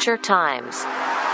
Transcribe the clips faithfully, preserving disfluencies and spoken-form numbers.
Future Times。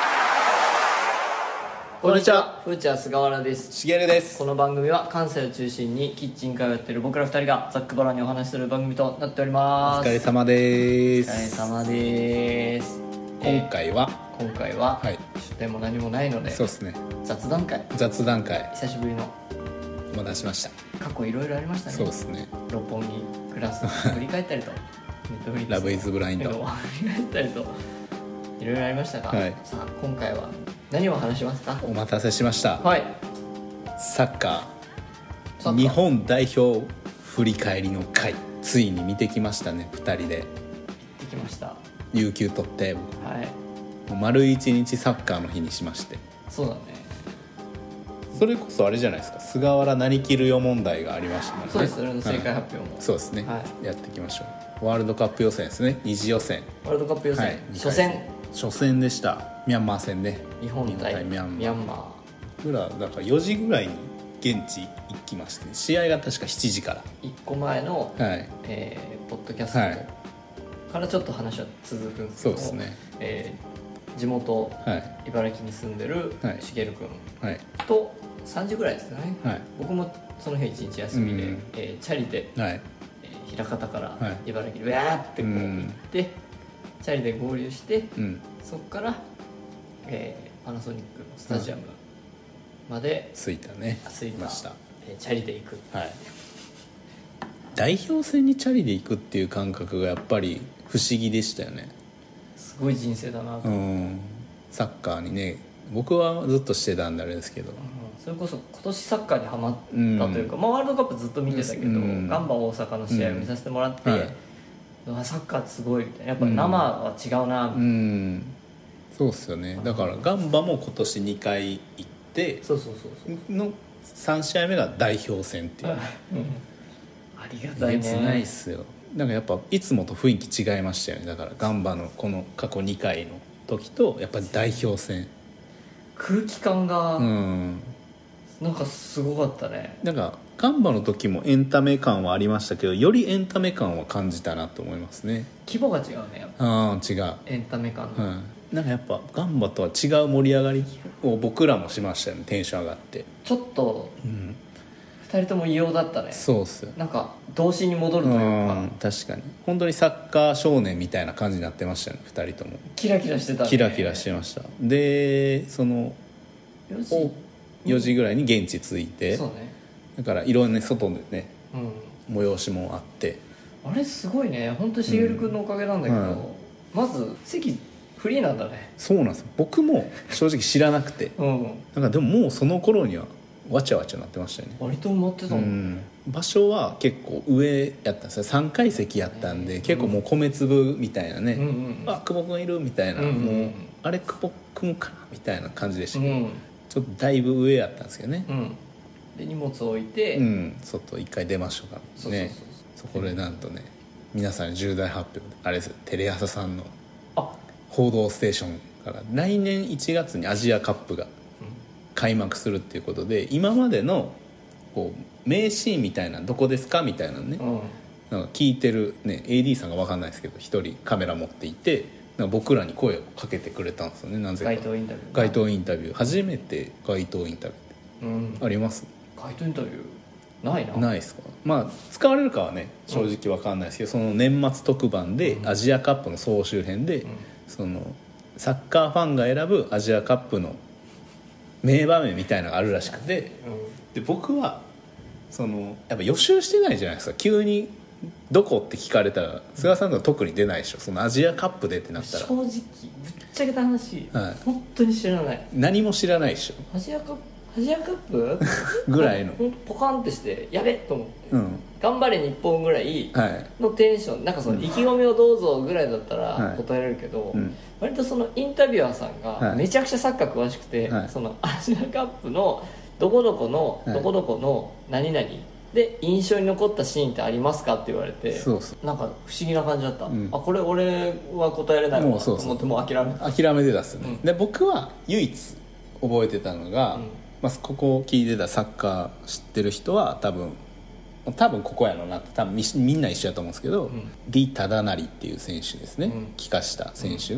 こんにちは、 フーチャー菅原です。 しげるです。 この番組は関西を中心にキッチンカーをやっている僕らふたりがざっくばらんにお話しする番組となっております。 お疲れ様でお疲れす。 様です。 今回は、 えー今回は、 はい、 出典も何もないのでそうですね、 雑談会、 雑談会久しぶりのお待たせしました。 過去いろいろありましたね。 そうですね、 六本木クラスを振り返ったりとネットフリックスラブイズブラインドを振り返ったりといろいろありましたが、 はい、 さあ今回は何を話しますか？ お待たせしました。 はい、 サッカサッカーー日本代表振り返りの回、ついに見てきましたね。ふたりで行ってきました。 有給取ってはい、 もう丸一日サッカーの日にしまして、 そうだね。 それこそあれじゃないですか、菅原何切るよ問題がありましたね。 そうです、それの正解はい発表も、 そうですね、 はやっていきましょう。ワールドカップ予選ですね、二次予選、 ワールドカップ予選、 はい初戦、 初戦でした。ミャンマー戦ね。 日本対ミャンマーミャンマ僕らだからよじぐらいに現地行きまして、試合が確かしちじかーいっこまえの、 ら、はい、 えーポッドキャストはいからちょっと話は続くんですけど、 そうですね、 えー地元はい茨城に住んでるはいしげるくんはいとさんじぐらいですかね、 はい僕もその日一日休みで、 うんえーチャリで、 はいえー枚方からはい茨城にウェーってこううん行って、チャリで合流して、 うんそこから、えーパナソニックのスタジアムまで着いたね着いたました。 えーチャリで行く。 はい、代表戦にチャリで行くっていう感覚がやっぱり不思議でしたよね。 すごい人生だなと、 ううんん、サッカーにね、僕はずっとしてたんであれですけど、 それこそ今年サッカーにハマったというか、まあ、ワールドカップずっと見てたけど、 うんガンバ大阪の試合を見させてもらって、 うんはい、 うわサッカーすごいみたいな、やっぱ生は違うな、 うんそうっすよね。だからガンバも今年にかい行ってそうそうそうそう、 のさん試合目が代表戦っていう、 うんありがたいえげつないっね。 すよ。なんかやっぱいつもと雰囲気違いましたよね。だからガンバのこの過去にかいの時とやっぱり代表戦、 空気感がうんなんかすごかったね。 なんかガンバの時もエンタメ感はありましたけど、よりエンタメ感は感じたなと思いますね。 規模が違うね、やっぱああ違う、 エンタメ感の、 うん、なんかやっぱガンバとは違う盛り上がりを僕らもしましたよね。テンション上がって、 ちょっとうんふたりとも異様だったね。 そうっすよ。 なんか童心に戻るというか、 うん確かに本当にサッカー少年みたいな感じになってましたね、ふたりともキラキラしてたね。 キラキラしてました。でそのよしおよじぐらいに現地着いて、 そうね、 だからいろんな外でねうん、 催しもあって、 あれすごいね、本当にしげるくんのおかげなんだけど、 うんはいまず席フリーなんだね。 そうなんですよ。僕も正直知らなくてうん、 なんかでももうその頃にはわちゃわちゃなってましたよね。 割と埋まってたもん、 うん場所は結構上やったんですよ。さんかい席やったんで、結構もう米粒みたいなね、 うんうんあ久保君いるみたいな、 うんうんうんもうあれ久保君かなみたいな感じでしたけど、 うんちょっとだいぶ上やったんですけどね、 うんで荷物置いて、 うん外一回出ましょうかそうそうそうね。そこでなんとね、皆さんに重大発表であれですよ、テレ朝さんのあ、 「報道ステーション」から来年いちがつにアジアカップが開幕するっていうことで、今までのこう名シーンみたいなどこですかみたいなのね、 うんなんか聞いてる、ね、エーディー さんが分かんないですけど一人カメラ持っていて、なんか僕らに声をかけてくれたんですよね。なぜか街頭インタビュー、 街頭インタビュー、初めて街頭インタビューうんってあります？ 街頭インタビューないな。 ないですか？まあ使われるかはね正直分かんないですけど、その年末特番でアジアカップの総集編で、 うんそのサッカーファンが選ぶアジアカップの名場面みたいなのがあるらしくて、で僕はそのやっぱ予習してないじゃないですか。急にどこって聞かれたら菅さんとは特に出ないでしょ。そのアジアカップでってなったら正直ぶっちゃけた話、 はい本当に知らない。 何も知らないでしょアジアカップアジアカップぐらいの、 ほんとポカンってしてやべっと思って、 うん頑張れ日本ぐらいはいのテンション、なんかその意気込みをどうぞぐらいだったはいら答えられるけど、 うん割とそのインタビュアーさんがはいめちゃくちゃサッカー詳しくて、 はいそのアジアカップのどこどこのはいどこどこの何々で印象に残ったシーンってありますかって言われて、 そうそうなんか不思議な感じだった、 んあこれ俺は答えれないわもうそうそうと思ってもう諦めた。 諦めてたっすよね、 うんで僕は唯一覚えてたのが、 うんまあ、ここを聞いてたサッカー知ってる人は多分多分ここやろうなって多分みみんな一緒やと思うんですけど、 ん李忠成っていう選手ですね、 うん帰化した選手が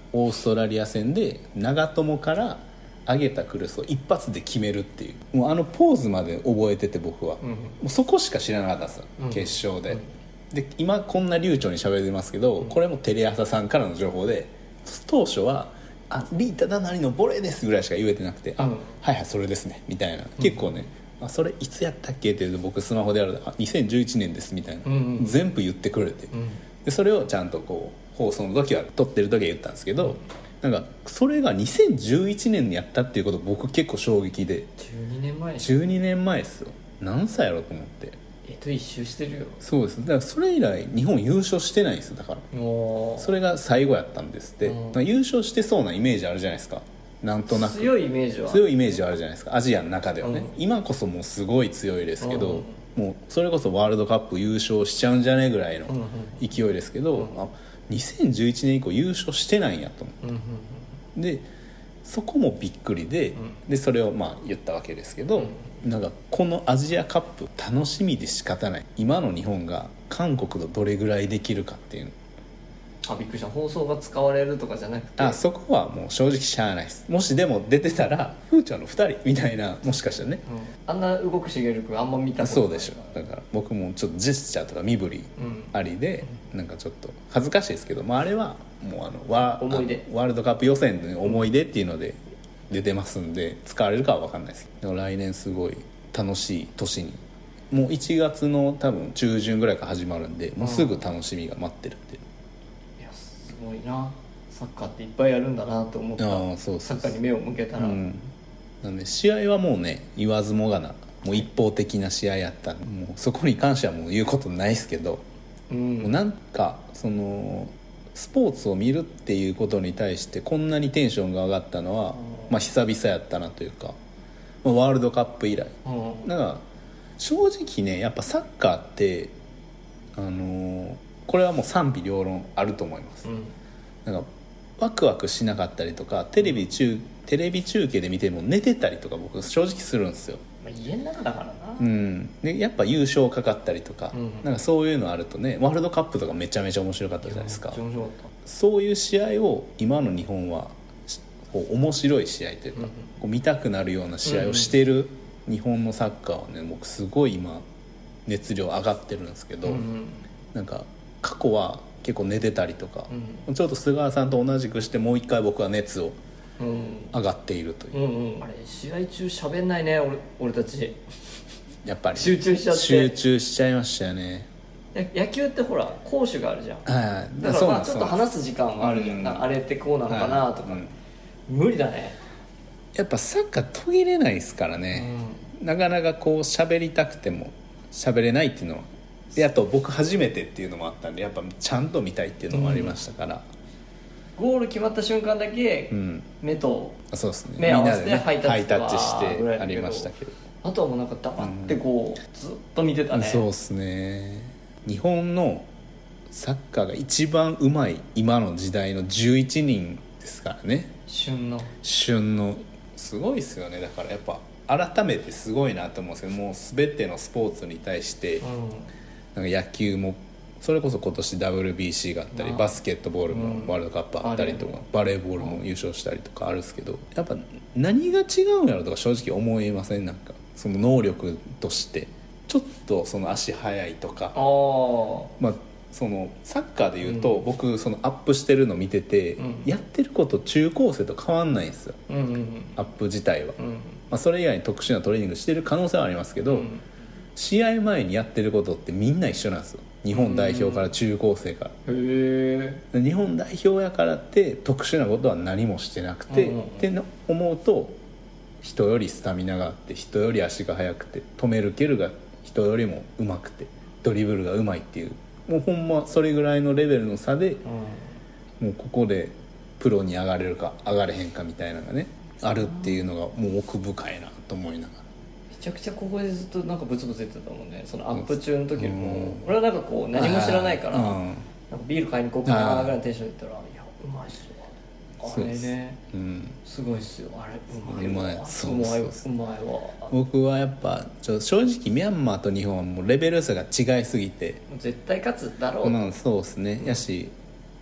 オーストラリア戦で長友から上げたクロスを一発で決めるっていう、もうあのポーズまで覚えてて僕は、うん、もうそこしか知らなかったんですよ、うん、決勝で、うん、で今こんな流暢に喋ってますけど、うん、これもテレ朝さんからの情報で、当初はあリータダナリのボレーですぐらいしか言えてなくて、うん、あはいはいそれですねみたいな、結構ね、あそれいつやったっけって言うと僕スマホでやるあにせんじゅういちねんですみたいな、うんうん、全部言ってくれて、うん、でそれをちゃんとこう放送の時は撮ってる時は言ったんですけど、なんかそれがにせんじゅういちねんにやったっていうこと僕結構衝撃で、 じゅうにねんまえじゅうにねんまえですよ。何歳やろうと思って、 えっと一周してるよ。 そうです。だからそれ以来日本優勝してないんですよ。だからそれが最後やったんですって、うん、優勝してそうなイメージあるじゃないですか、なんとなく強いイメージは強いイメージはあるじゃないですか、アジアの中ではね、うん、今こそもうすごい強いですけど、うん、もうそれこそワールドカップ優勝しちゃうんじゃねえぐらいの勢いですけど、うん、あにせんじゅういちねん以降優勝してないんやと思って、うんでそこもびっくりで、うん、でそれをまあ言ったわけですけど、うん、なんかこのアジアカップ楽しみで仕方ない、今の日本が韓国とどれぐらいできるかっていうの。 あびっくりした、放送が使われるとかじゃなくて、 あそこはもう正直しゃあないです。もしでも出てたらフーチャーのふたりみたいな、もしかしたらね、 うん、あんな動くしげる君あんま見たことない。 そうでしょ。だから僕もちょっとジェスチャーとか身振りありで、うん、なんかちょっと恥ずかしいですけど、まあ、あれはもうあのワ思い出ワールドカップ予選の思い出っていうので出てますんで、使われるかは分かんないですけど、来年すごい楽しい年に、もういちがつの多分中旬ぐらいから始まるんで、もうすぐ楽しみが待ってるっていう。 いやすごいな、サッカーっていっぱいやるんだなと思った。あそうそうそう、サッカーに目を向けたら、うん、 なんで試合はもうね言わずもがな、もう一方的な試合やったんで、もうそこに関してはもう言うことないですけど、うん、もうなんかそのスポーツを見るっていうことに対してこんなにテンションが上がったのは、まあ、久々やったなというか、まあ、ワールドカップ以来、うん、だから正直ねやっぱサッカーってあのー、これはもう賛否両論あると思います、うん、なんかワクワクしなかったりとか、テレビ中テレビ中継で見ても寝てたりとか僕正直するんですよ、 まあ、家の中だからな、 うん、でやっぱ優勝かかったりとか、うん、なんかそういうのあるとね、ワールドカップとかめちゃめちゃ面白かったじゃないですか。そういう試合を今の日本はこう面白い試合というか、うん、こう見たくなるような試合をしてる日本のサッカーはね、僕すごい今熱量上がってるんですけど、うん、なんか過去は結構寝てたりとか、うん、ちょっと菅原さんと同じくしてもう一回僕は熱を上がっているという、うんうんうん、あれ試合中喋んないね 俺, 俺たちやっぱり集中しちゃって集中しちゃいましたよね。 野球ってほら攻守があるじゃん、 はい、 だからまあちょっと話す時間があるじゃん、うん、あれってこうなのかなとか、はいうん、無理だね。 やっぱサッカー途切れないですからね、うん、なかなかこう喋りたくても喋れないっていうのは、であと僕初めてっていうのもあったんで、やっぱちゃんと見たいっていうのもありましたから、 うん、ゴール決まった瞬間だけ目と目合わせてハイタッチしてありましたけど、 あとはもうなんか黙ってこう、うん、ずっと見てたね。 そうですね。日本のサッカーが一番うまい今の時代のじゅういちにんですからね。 旬の旬のすごいですよね。だからやっぱ改めてすごいなと思うんですけど、もう全てのスポーツに対して、うん、なんか野球もそれこそ今年 ダブリュービーシー があったり、バスケットボールもワールドカップあったりとか、バレーボールも優勝したりとかあるんですけど、やっぱ何が違うんやろとか正直思いません？なんかその能力としてちょっとその足速いとか、あ、まあ、そのサッカーでいうと、うん、僕そのアップしてるの見てて、うん、やってること中高生と変わんないんですよ、うんうんうん、アップ自体は、うん、まあ、それ以外に特殊なトレーニングしてる可能性はありますけど、うん、試合前にやってることってみんな一緒なんですよ。日本代表から中高生から、うん、へー、日本代表やからって特殊なことは何もしてなくて、うんうんうん、って思うと人よりスタミナがあって、人より足が速くて、止める蹴るが人よりも上手くて、ドリブルが上手いっていう、もうほんまそれぐらいのレベルの差で、うん、もうここでプロに上がれるか上がれへんかみたいなのがねあるっていうのがもう奥深いなと思いながら、 めちゃくちゃここでずっとなんかブツブツ言ってたもんね、そのアップ中の時も、うん、俺はなんかこう何も知らないから、うん、なんかビール買いに行こうかなぐらいのテンションで言ったら、いやうまいっすわあれね、うん、すごいっすよあれ、うまいわ、うまい、そうそうそう、うまいわ。 僕はやっぱちょ正直ミャンマーと日本はもうレベル差が違いすぎて絶対勝つだろうと、 うん、そうですね、やし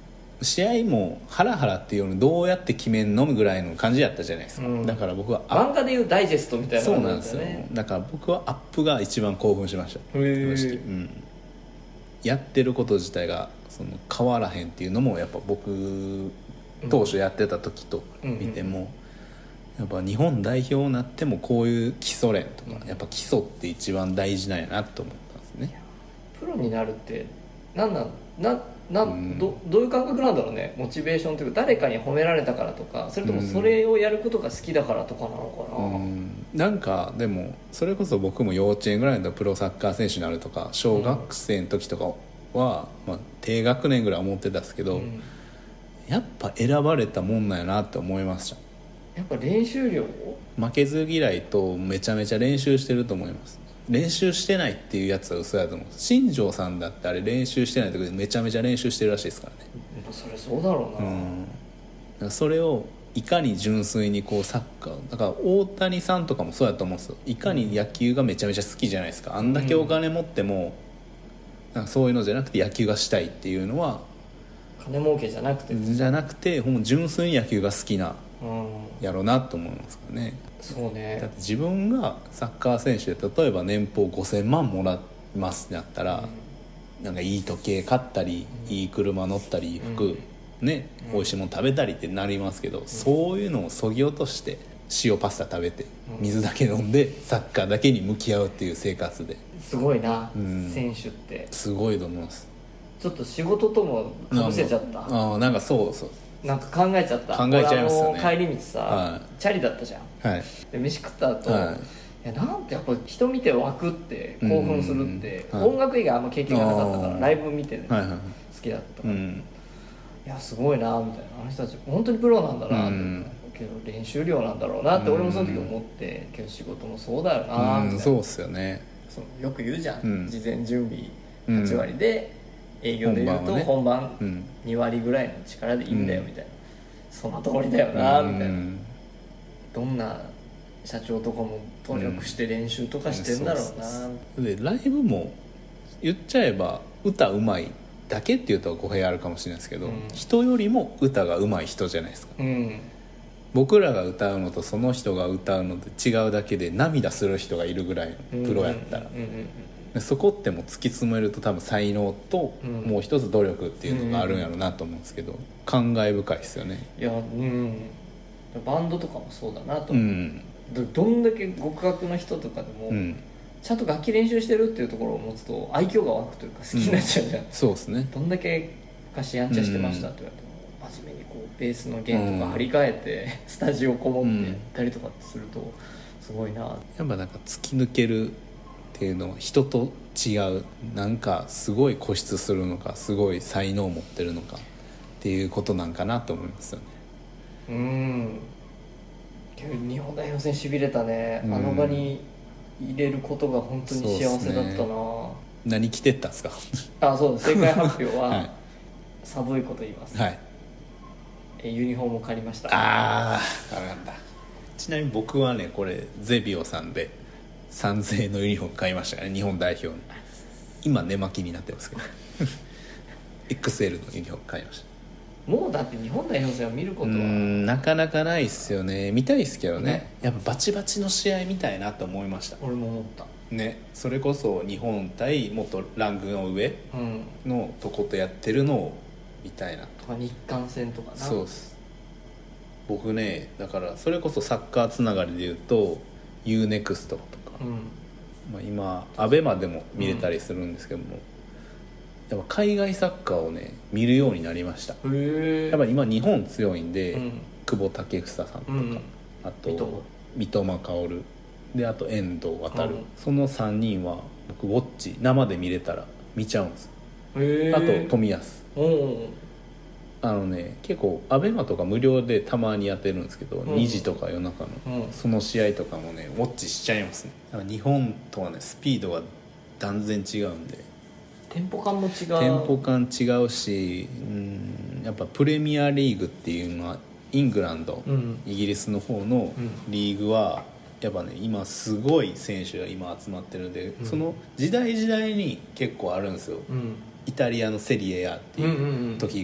試合もハラハラっていうのをどうやって決めんのぐらいの感じやったじゃないですか、うん、だから僕は漫画でいうダイジェストみたいなそうなんですよ、だから僕はアップが一番興奮しました。へー、うん、やってること自体がその変わらへんっていうのもやっぱ僕当初やってた時と見ても、やっぱ日本代表になってもこういう基礎練とかやっぱ基礎って一番大事なんやなと思ったんですね。 プロになるって何なんなな、うん、ど, どういう感覚なんだろうね。モチベーションというか誰かに褒められたからとか、それともそれをやることが好きだからとかなのかな、うん、 なんかでもそれこそ僕も幼稚園ぐらいのプロサッカー選手になるとか小学生の時とかは、うん、まあ、低学年ぐらい思ってたんですけど、うん、やっぱ選ばれたもんなんやなって思いました。 やっぱ練習量、 負けず嫌いとめちゃめちゃ練習してると思います。練習してないっていうやつは嘘だと思う。新庄さんだってあれ練習してないとこでめちゃめちゃ練習してるらしいですからね。 それそうだろうな、うん、 だからそれをいかに純粋にこうサッカーだから大谷さんとかもそうだと思うんですよ。いかに野球がめちゃめちゃ好きじゃないですか。あんだけお金持っても、うん、なんかそういうのじゃなくて野球がしたいっていうのは金儲けじゃなくてじゃなくてほんま純粋に野球が好きなやろうなと思いますからね。 そうね。 だって自分がサッカー選手で例えば年俸ごせんまんもらいますってなったら、うん、なんかいい時計買ったり、うん、いい車乗ったり服、うんね、うん、美味しいもの食べたりってなりますけど、うん、そういうのをそぎ落として塩パスタ食べて水だけ飲んでサッカーだけに向き合うっていう生活で、 すごいな、うん、選手ってすごいと思います。 ちょっと仕事ともかぶせちゃった。 ああ、なんかそうそうなんか考えちゃった。 考えちゃいますよね。 帰り道さ、はい、チャリだったじゃん、はい、で飯食った後、はい、いやなんてやっぱ人見て湧くって興奮するって、うんうん、音楽以外あんま経験がなかったからライブ見て、ね、はいはいはい、好きだったから、うん、いやすごいなみたいな、あの人たち本当にプロなんだなって、うん、けど練習量なんだろうなって俺もその時思って、うん、けど仕事もそうだよなみたいな、うん、 そうっすよね。 そうよく言うじゃん、うん、事前準備はち割で、うん、営業で言うと本番に割ぐらいの力でいいんだよみたいな、うん、その通りだよなみたいな、うん、どんな社長とかも努力して練習とかしてんだろうな、 うん、でライブも言っちゃえば歌うまいだけっていうと語弊あるかもしれないですけど、うん、人よりも歌がうまい人じゃないですか、うん、僕らが歌うのとその人が歌うのと違うだけで涙する人がいるぐらいのプロやったら、そこっても突き詰めると多分才能ともう一つ努力っていうのがあるんやろうなと思うんですけど、感慨深いですよね。 いや、うん、バンドとかもそうだなと思う、うん、ど, どんだけ極悪の人とかでも、うん、ちゃんと楽器練習してるっていうところを持つと愛嬌が湧くというか好きになっちゃうじゃん、うん、 そうですね。どんだけ昔やんちゃしてましたって言われても、うん、真面目にこうベースの弦とか張り替えて、うん、スタジオこもってやったりとかするとすごいな。やっぱなんか突き抜けるっていうのは人と違う、なんかすごい固執するのかすごい才能を持ってるのかっていうことなんかなと思いますよね。 うん、日本代表戦しびれたね、うん、あの場に入れることが本当に幸せだったな、ね、 何着てったんですかあ、そう正解発表は、はい、寒いこと言います、 はい、 えユニフォームを借りました。 ああ、分かった。ちなみに僕はねこれゼビオさんでさんぜんえんのユニフォーム買いましたね、日本代表の。今寝巻きになってますけどエックスエル のユニフォーム買いました。 もうだって日本代表戦を見ることはうんなかなかないっすよね。見たいっすけどね、ね、やっぱバチバチの試合見たいなと思いました。 俺も思ったね。それこそ日本対もっとランクの上のとことやってるのを見たいなと、 うん、日韓戦とかな。 そうっす。僕ねだからそれこそサッカーつながりで言うと ユーネクスト とか、うんまあ、今アベマでも見れたりするんですけども、うん、やっぱ海外サッカーをね見るようになりました。へやっぱり今日本強いんで、うん、久保建英さんとか、うん、あと三笘薫で、あと遠藤航、うん、そのさんにんは僕ウォッチ生で見れたら見ちゃうんです。へあと冨安、うんあのね、結構アベマとか無料でたまにやってるんですけど、うん、にじとか夜中の、うん、その試合とかもねウォッチしちゃいますね。日本とはねスピードが断然違うんで、 テンポ感も違うテンポ感違うし、うんやっぱプレミアリーグっていうのはイングランド、うん、イギリスの方のリーグはやっぱね今すごい選手が今集まってるんで、うん、その時代時代に結構あるんですよ、うん、イタリアのセリエ A っていう時が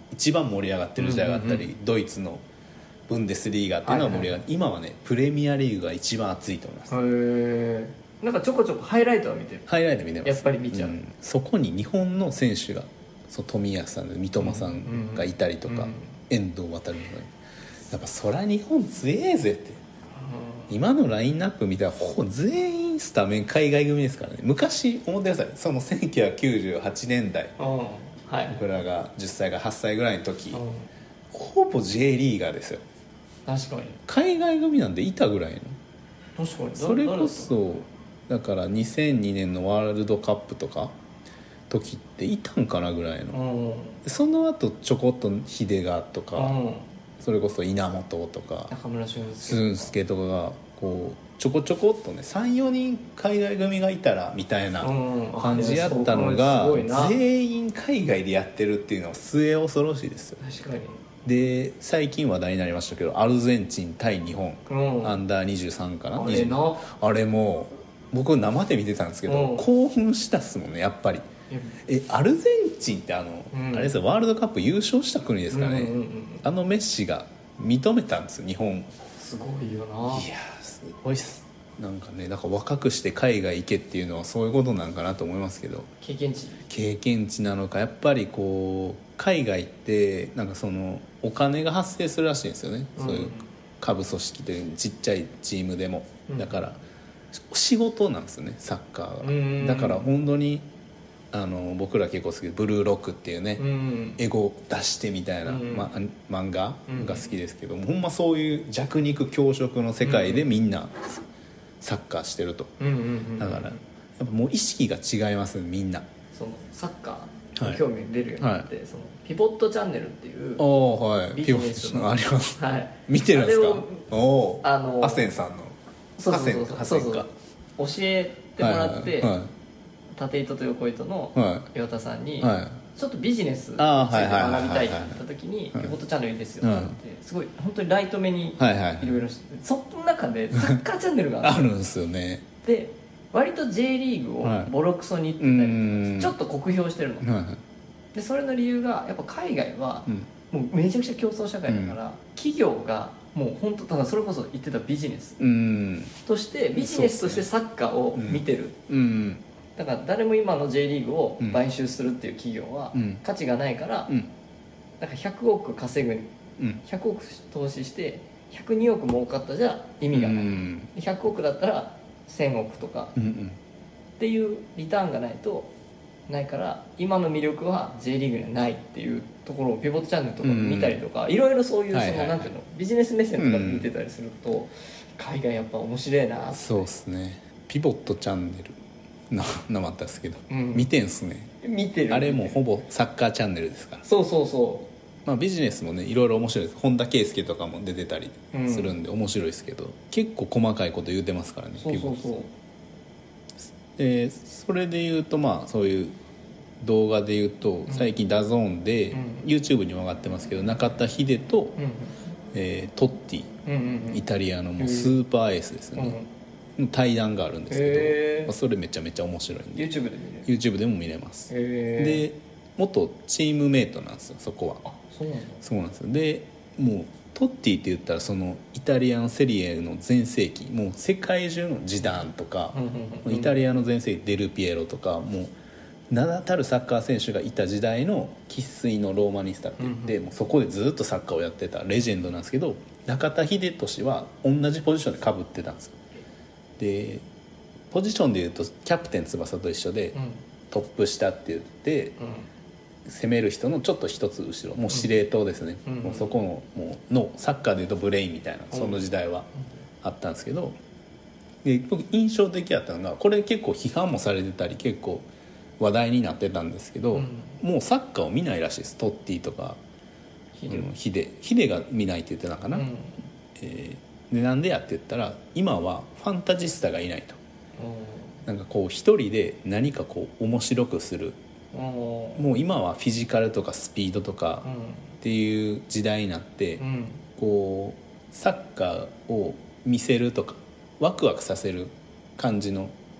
一番盛り上がってる時代があったり、うんうんうん、ドイツのブンデスリーガっていうのが盛り上がって、はいはい、今はねプレミアリーグが一番熱いと思います。 へえ。なんかちょこちょこハイライトは見てる。 ハイライト見てます。 やっぱり見ちゃう、うん、 そこに日本の選手がそう冨安さん三笘さんがいたりとか、うんうんうん、遠藤航がやっぱそら日本強えぜって、うん、今のラインナップ見たらほぼ全員スタメン海外組ですからね。昔思ってください、そのせんきゅうひゃくきゅうじゅうはちねんだい、うんはい、僕らがじゅっさいからはっさいぐらいの時、うん、ほぼ J リーガーですよ。 確かに海外組なんでいたぐらいの。 確かにそれこそだからにせんにねんのワールドカップとか時っていたんかなぐらいの、うん、その後ちょこっと秀賀とか、うん、それこそ稲本とか中村俊輔とかがこうちょこちょこっとね さんよにん海外組がいたらみたいな感じやったのが、うん、全員海外でやってるっていうのは末恐ろしいですよ。 確かに。 で最近話題になりましたけどアルゼンチン対日本、うん、アンダーにじゅうさんかな、 あれなあれも僕生で見てたんですけど、うん、興奮したっすもんねやっぱり。えアルゼンチンってあの、うん、あれですよワールドカップ優勝した国ですからね、うんうんうん、あのメッシが認めたんですよ日本。 すごいよな。 いやすごいっす。なんかねだから若くして海外行けっていうのはそういうことなんかなと思いますけど、 経験値経験値なのかやっぱりこう海外ってなんかそのお金が発生するらしいんですよね、うん、そういう下部組織というちっちゃいチームでも、うん、だから仕事なんですよねサッカーが、うんうんうん、だから本当にあの僕ら結構好きでブルーロックっていうね、うんうん、エゴ出してみたいな、うんうんま、漫画が好きですけども、うんうん、ほんまそういう弱肉強食の世界でみんなサッカーしてると、うんうんうんうん、だからやっぱもう意識が違いますみんな。 そのサッカーに興味出るようになって、はい、そのピボットチャンネルっていうビジネスの、 はい、ピボットあります、 はい、 見てるんですか。おあのアセンさんのそうそうそうそうそうそう教えてもらって、はいはいはい、縦糸と横糸の岩田さんに、はい、ちょっとビジネスについて学びたいって言った時にピボットチャンネルいいですよって言って、すごい本当にライト目にいろいろして、その中でサッカーチャンネルがあるんですよね。 で割と J リーグをボロクソに言ってたり、はい、ちょっと酷評してるの、はい、でそれの理由がやっぱ海外はもうめちゃくちゃ競争社会だから、うん、企業がもう本当ただそれこそ言ってたビジネスとしてビジネスとしてサッカーを見てる、うんうん、だから誰も今の J リーグを買収するっていう企業は価値がないから、うん、だからひゃくおく稼ぐにひゃくおく投資してひゃくにおく儲かったじゃ意味がない、うん、ひゃくおくだったらせんおくとかっていうリターンがないとないから今の魅力は J リーグにはないっていうところをピボットチャンネルとか見たりとか、いろいろそういうそのなんていうのビジネス目線とかで見てたりすると海外やっぱ面白いなって。 そうですね。ピボットチャンネルななかったですけど、うん、見てんすね。 見てる。 あれもほぼサッカーチャンネルですから。 そうそうそう。 まあ、ビジネスもねいろいろ面白いです。本田圭佑とかも出てたりするんで面白いですけど、うん、結構細かいこと言うてますからね。 そうそうそう。 えー、それで言うとまあそういう動画で言うと最近ダゾーンで YouTube にも上がってますけど、中田秀と、うんえー、トッティ、うんうんうん、イタリアのもうスーパーエースですよね、うん、対談があるんですけど、まあ、それめちゃめちゃ面白いんで YouTube で見れる YouTube でも見れます。で元チームメイトなんですよそこは。 あそうなんだ。 そうなんですよ。でもうトッティって言ったらそのイタリアンセリエの全盛期、もう世界中のジダーンとか、うんうんうん、イタリアの全盛期デルピエロとかもう名だたるサッカー選手がいた時代の生粋のローマニスタって言って、うんうん、もうそこでずっとサッカーをやってたレジェンドなんですけど、中田英寿は同じポジションでかぶってたんですよ。でポジションでいうとキャプテン翼と一緒で、うん、トップ下って言って、うん攻める人のちょっと一つ後ろ、もう司令塔ですね、うん、もうそこのもうのサッカーでいうとブレインみたいなその時代はあったんですけど、で僕印象的だったのがこれ結構批判もされてたり結構話題になってたんですけど、うん、もうサッカーを見ないらしいです。トッティとかヒデ、うん、ヒデ、ヒデが見ないって言ってたかな、うんえー、でなんでやって言ったら今はファンタジスタがいないと、うん、なんかこう一人で何かこう面白くする、もう今はフィジカルとかスピードとかっていう時代になって、うん、こうサッカーを見せるとかワクワクさせる感じのプ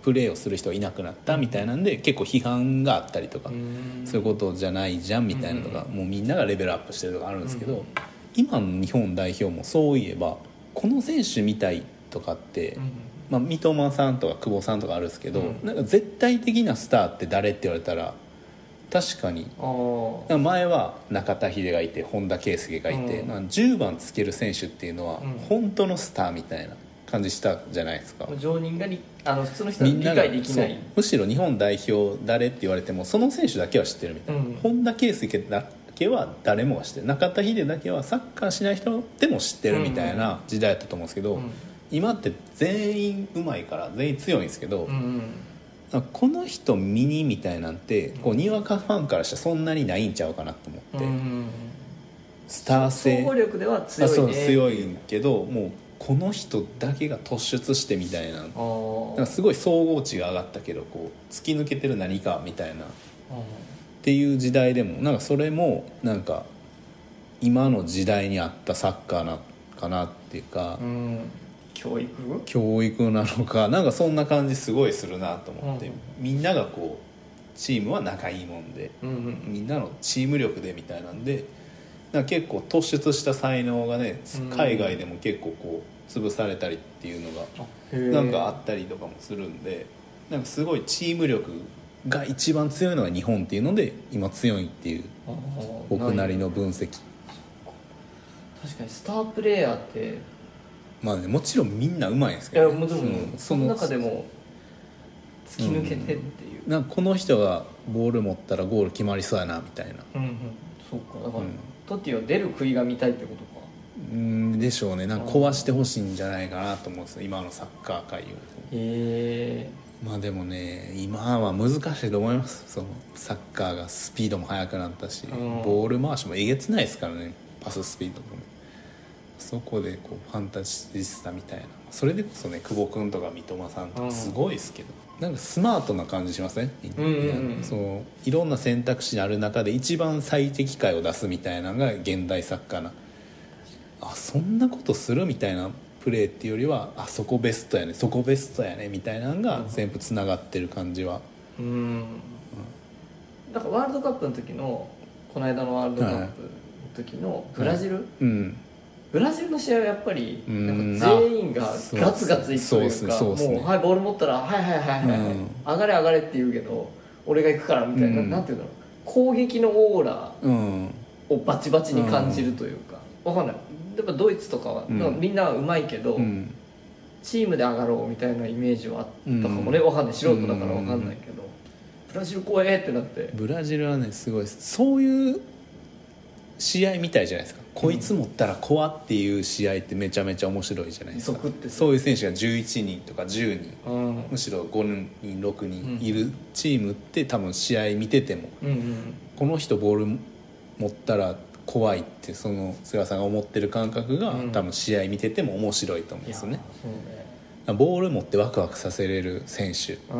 プレーをする人がいなくなったみたいなんで結構批判があったりとか、そういうことじゃないじゃんみたいなとか、もうみんながレベルアップしてるとかあるんですけど、今の日本代表もそういえばこの選手みたいとかって、まあ、三笘さんとか久保さんとかあるんですけど、なんか絶対的なスターって誰って言われたら確かに前は中田秀がいて本田圭佑がいて、うん、じゅうばんつける選手っていうのは本当のスターみたいな感じしたじゃないですか。 常人があの普通の人は理解できない。 むしろ日本代表誰って言われてもその選手だけは知ってるみたいな、うん、本田圭佑だけは誰もが知ってる、中田秀だけはサッカーしない人でも知ってるみたいな時代だったと思うんですけど、うんうん、今って全員うまいから全員強いんですけど、うんうん、この人ミニみたいなんてこうにわかファンからしたらそんなにないんちゃうかなと思って、うんうん、スター性総合力では強いね。 そう強いけどもうこの人だけが突出してみたいな、なんかすごい総合値が上がったけどこう突き抜けてる何かみたいなっていう時代でもなんかそれもなんか今の時代に合ったサッカーなかなっていうか、うん、 教育教育なのかなんかそんな感じすごいするなと思って、うん、みんながこうチームは仲いいもんで、うんうん、みんなのチーム力でみたいなんでなんか結構突出した才能がね海外でも結構こう潰されたりっていうのがなんかあったりとかもするんで、なんかすごいチーム力が一番強いのが日本っていうので今強いっていう僕なりの分析。 確かにスタープレーヤーってまあねもちろんみんなうまいんですけど、ね、 いやもちろん、うん、その中でも突き抜けてっていう、 うん、なんかこの人がボール持ったらゴール決まりそうやなみたいな、 うんうん、そうかだから、うん、トッティは出る杭が見たいってことかうんでしょうね。なんか壊してほしいんじゃないかなと思うんですよ今のサッカー界を。へえ。 まあでもね今は難しいと思います。そのサッカーがスピードも速くなったし、うん、ボール回しもえげつないですからねパススピードも。そこでこうファンタジスタみたいなそれでこそね久保君とか三笘さんとかすごいですけど、うん、なんかスマートな感じしません、うんうんうん、そういろんな選択肢ある中で一番最適解を出すみたいなのが現代サッカーな。あそんなことするみたいなプレーっていうよりはあそこベストやねそこベストやねみたいなのが全部つながってる感じは、うんうん、 だからワールドカップの時のこの間のワールドカップの時のブラジル、はいうんブラジルの試合はやっぱりなんか全員がガツガツいくというかもうはいボール持ったらはいはいはいはい、うん、上がれ上がれって言うけど俺が行くからみたいな、うん、なんていうんだろう攻撃のオーラをバチバチに感じるというか、うん、わかんないやっぱドイツとかは、うん、みんなはうまいけど、うん、チームで上がろうみたいなイメージはあったかもね、わかんない素人だからわかんないけど、ブラジル怖えってなって。 ブラジルはねすごいそういう試合みたいじゃないですか、うん、こいつ持ったら怖っていう試合ってめちゃめちゃ面白いじゃないですか。そういう選手がじゅういちにんとかじゅうにん、うん、むしろごにんろくにんいるチームって多分試合見てても、うんうん、この人ボール持ったら怖いってその菅さんが思ってる感覚が、うん、多分試合見てても面白いと思うんですよね。ボール持ってワクワクさせれる選手、うん、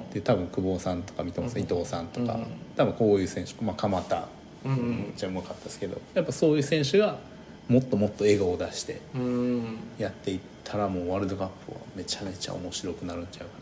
で多分久保さんとか三笘さん、うん、伊藤さんとか、うん、多分こういう選手、まあ、鎌田うんうん、めっちゃうまかったですけどやっぱそういう選手がもっともっと笑顔を出してやっていったらもうワールドカップはめちゃめちゃ面白くなるんちゃうか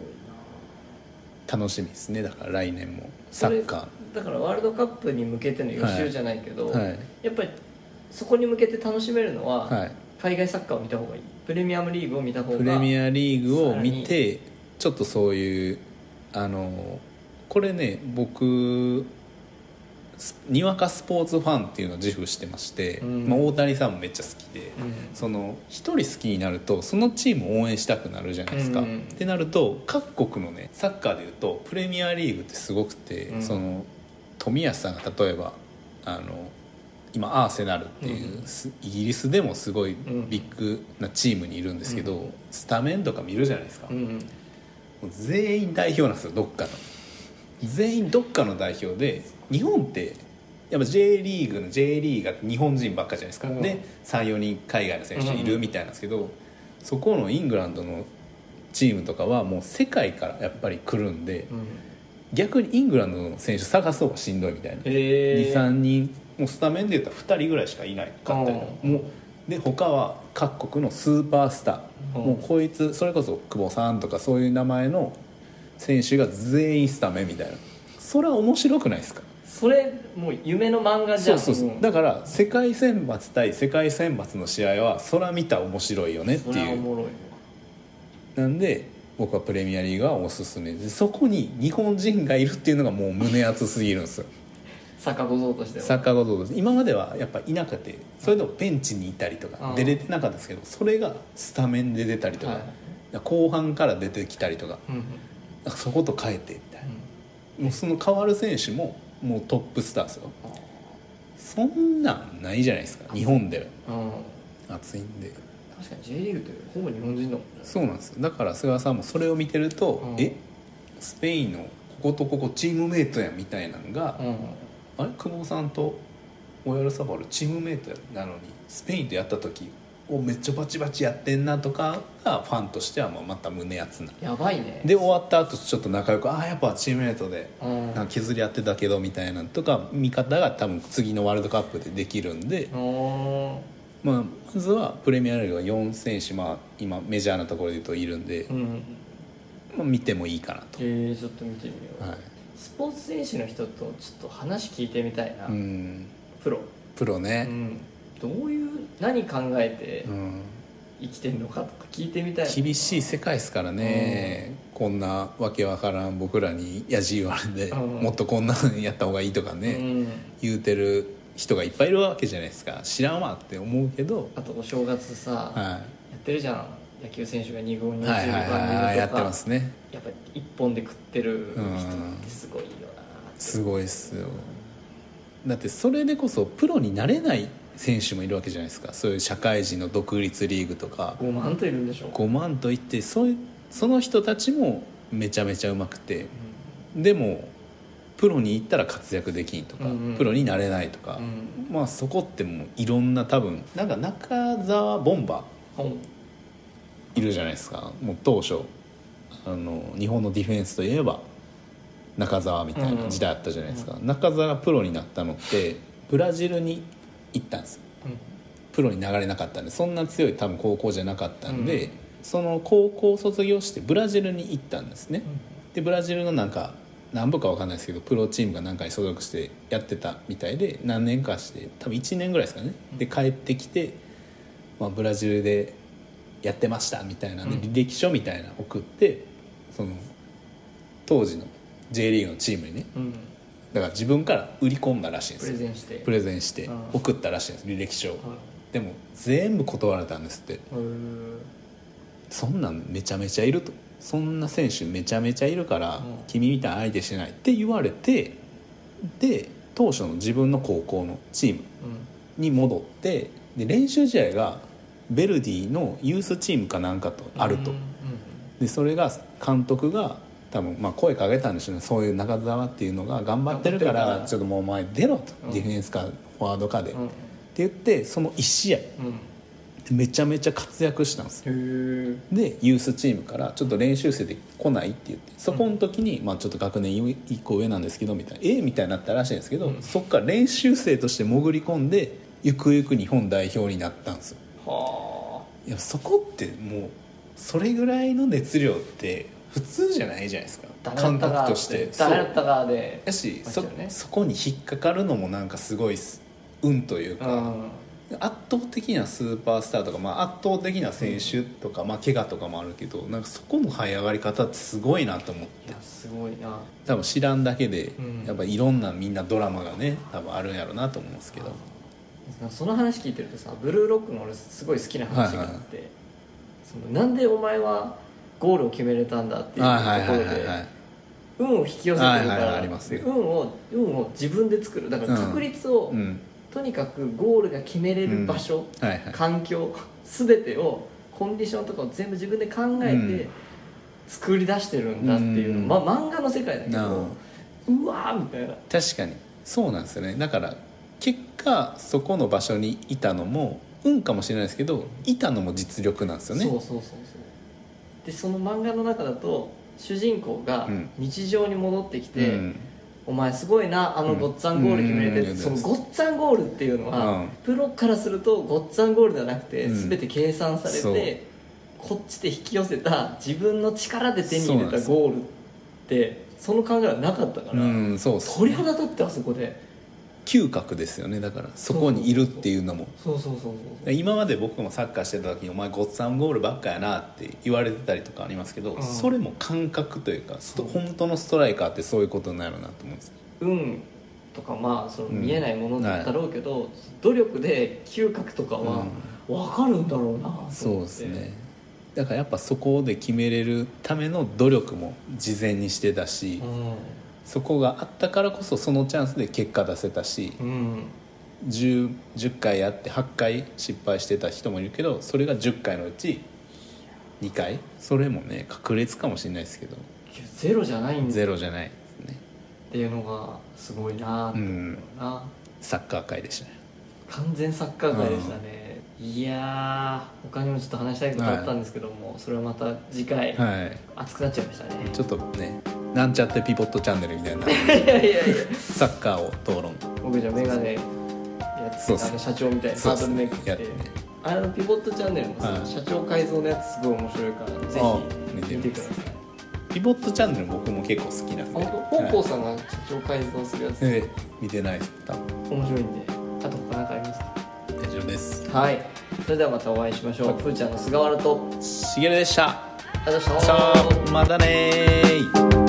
な。楽しみですね。だから来年もサッカーだからワールドカップに向けての予習じゃないけど、はいはい、やっぱりそこに向けて楽しめるのは、はい、海外サッカーを見た方がいい。プレミアムリーグを見た方がプレミアリーグを見てちょっとそういうあのこれね僕にわかスポーツファンっていうのを自負してまして、うんまあ、大谷さんもめっちゃ好きで、うん、その一人好きになるとそのチームを応援したくなるじゃないですか、うん、ってなると各国のねサッカーでいうとプレミアリーグってすごくて、うん、その冨安さんが例えばあの今アーセナルっていう、うん、イギリスでもすごいビッグなチームにいるんですけど、うん、スタメンとか見るじゃないですか、うん、もう全員代表なんですよ。どっかの全員どっかの代表で日本ってやっぱ J リーグの J リーガーって日本人ばっかじゃないですか、うん、で さんよにん海外の選手いるみたいなんですけど、うん、そこのイングランドのチームとかはもう世界からやっぱり来るんで、うん、逆にイングランドの選手探す方がしんどいみたいな、にさんにんもうスタメンで言ったらふたりぐらいしかいないかったりもうで他は各国のスーパースター、うん、もうこいつそれこそ久保さんとかそういう名前の選手が全員スタメンみたいな、それは面白くないですか？ それもう夢の漫画じゃん。 そうそうそう、だから世界選抜対世界選抜の試合はそら見たら面白いよねっていう。それはおもろいわ。なんで僕はプレミアリーグはおすすめで、そこに日本人がいるっていうのがもう胸熱すぎるんですよ。 サッカー小僧としては。 サッカー小僧として今まではやっぱいなくて、それでもベンチにいたりとか出れてなかったですけど、それがスタメンで出たりとか、はい、後半から出てきたりとか、うん、なんかそこと変えてみたいな、うん、もうその変わる選手ももうトップスターですよ。そんなんないじゃないですか日本で。うん、熱いんで。 確かに J リーグってほぼ日本人だもんね。 そうなんですよ。だから菅さんもそれを見てると、うん、えスペインのこことここチームメイトやみたいなのが、うん、あれ久保さんとオヤルサバルチームメイトなのにスペインとやった時おめっちゃバチバチやってんなとかがファンとしてはまた胸熱な。 やばいね。 で終わった後ちょっと仲良く、ああやっぱチームメイトでなんか削り合ってたけどみたいなとか見方が多分次のワールドカップでできるんで、まあ、まずはプレミアリーグはよん選手、まあ、今メジャーなところで言うといるんで、うんまあ、見てもいいかなと。 えー、ちょっと見てみよう、はい、スポーツ選手の人とちょっと話聞いてみたいな。うん、プロプロね、うん、 どういう何考えて生きてるのかとか聞いてみたい。 厳しい世界ですからね、うん、こんなわけわからん僕らにやじ言われて、うん、もっとこんなのやった方がいいとかね、うん、言うてる人がいっぱいいるわけじゃないですか。知らんわって思うけど。 あとお正月さ、はい、やってるじゃん野球選手がにごうにじゅうばん見るとか、 はいはいはい、やってますね。 やっぱり一本で食ってる人ってすごいよな。 すごいっすよ。だってそれでこそプロになれない選手もいるわけじゃないですか。そういう社会人の独立リーグとかごまんといるんでしょ。 ごまんといって、そういうその人たちもめちゃめちゃうまくて、うん、でもプロに行ったら活躍できんとか、うんうん、プロになれないとか、うん、まあそこってもういろんな多分なんか中澤ボンバーいるじゃないですか。もう当初あの日本のディフェンスといえば中澤みたいな時代あったじゃないですか、うんうん、中澤がプロになったのってブラジルに行ったんですよ、うん、プロに流れなかったんで、そんな強い多分高校じゃなかったんで、うん、その高校を卒業してブラジルに行ったんですね、うん、でブラジルのなんか何部か分かんないですけどプロチームが何かに所属してやってたみたいで、何年かして多分いちねんぐらいですかね。で帰ってきて、まあ、ブラジルでやってましたみたいなんで、うん、履歴書みたいなの送ってその当時の J リーグのチームにね、うん、だから自分から売り込んだらしいんですよ。 プレゼンしてプレゼンして送ったらしいんです、履歴書を、うん、でも全部断られたんですって。そんなんめちゃめちゃいると、そんな選手めちゃめちゃいるから、うん、君みたいな相手しないって言われて、で当初の自分の高校のチームに戻って、で練習試合がベルディのユースチームかなんかとあると、うんうん、でそれが監督が多分まあ声かけたんでしょうね。そういう中澤っていうのが頑張ってるからちょっともうお前出ろと、うん、ディフェンスかフォワードかで、うん、って言ってそのいち試合、うん、めちゃめちゃ活躍したんですよ。でユースチームからちょっと練習生で来ないって言って、そこの時に、まあ、ちょっと学年いっこ上なんですけどみたいなえみたいになったらしいんですけど、うん、そこから練習生として潜り込んでゆくゆく日本代表になったんですよ。はあ、いやそこってもうそれぐらいの熱量って普通じゃないじゃないですか、感覚として。 誰だったかでだし、そ, そこに引っかかるのもなんかすごい運というか、うん、圧倒的なスーパースターとか、まあ、圧倒的な選手とか、まあ、怪我とかもあるけど、なんかそこの這い上がり方ってすごいなと思って。 いやすごいな。 多分知らんだけで、うん、やっぱいろんなみんなドラマがね多分あるんやろうなと思うんですけど、 その話聞いてるとさ、ブルーロックの俺すごい好きな話があって、はいはい、そのなんでお前はゴールを決めれたんだっていうところで運を引き寄せてるから、はいはいはい、ね、運を運を自分で作る。だから確率を、うんうん、とにかくゴールが決めれる場所、うんはいはい、環境全てをコンディションとかを全部自分で考えて作り出してるんだっていうの、うん、まあ漫画の世界だけど、うん、うわーみたいな。 確かにそうなんですよね。だから結果そこの場所にいたのも運かもしれないですけど、いたのも実力なんですよね。 そうそうそうそう。でその漫画の中だと主人公が日常に戻ってきて、うん、お前すごいなあのごっつぁんゴール決めれて、うん、そのごっつぁんゴールっていうのは、うん、プロからするとごっつぁんゴールではなくて、うん、全て計算されてこっちで引き寄せた自分の力で手に入れたゴールってその考えはなかったから、 うんそうっすね、 鳥肌立ってあそこで嗅覚ですよね。だからそこにいるっていうのもそうそうそうそう今まで僕もサッカーしてた時にお前ゴッツァンゴールばっかやなって言われてたりとかありますけど、うん、それも感覚というかスト本当のストライカーってそういうことになるなと思うんです。 運とかまあその見えないものだろうけど、うんはい、努力で嗅覚とかは分かるんだろうなと思って、うん、 そうですね。だからやっぱそこで決めれるための努力も事前にしてたし、うん、そこがあったからこそそのチャンスで結果出せたし、うん、10, じゅっかいやってはちかい失敗してた人もいるけどそれがじゅっかいのうちにかい、それもね確率かもしれないですけどゼロじゃないんだゼロじゃないですねっていうのがすごいなって思うな、うん、 サッカー界でしたね。 完全サッカー界でしたね、うん、いやー他にもちょっと話したいことあったんですけども、はい、それはまた次回、はい、熱くなっちゃいましたね。 ちょっとねなんちゃってピボットチャンネルみたいないやいやいやサッカーを討論僕じゃメガネやってそうそうあの社長みたいなハードルメイクして、ね、あのピボットチャンネルもさ、はい、社長改造のやつすごい面白いからぜひ見てください。 ピボットチャンネル僕も結構好きなんで。 本郷さんが社長改造するやつ、 ええ、見てないです多分。 面白いんで。あと他何かありますか？ 大丈夫です。 はい、それではまたお会いしましょう。ふーちゃんの菅原としげるでした。 ありがとうございました。 またねー。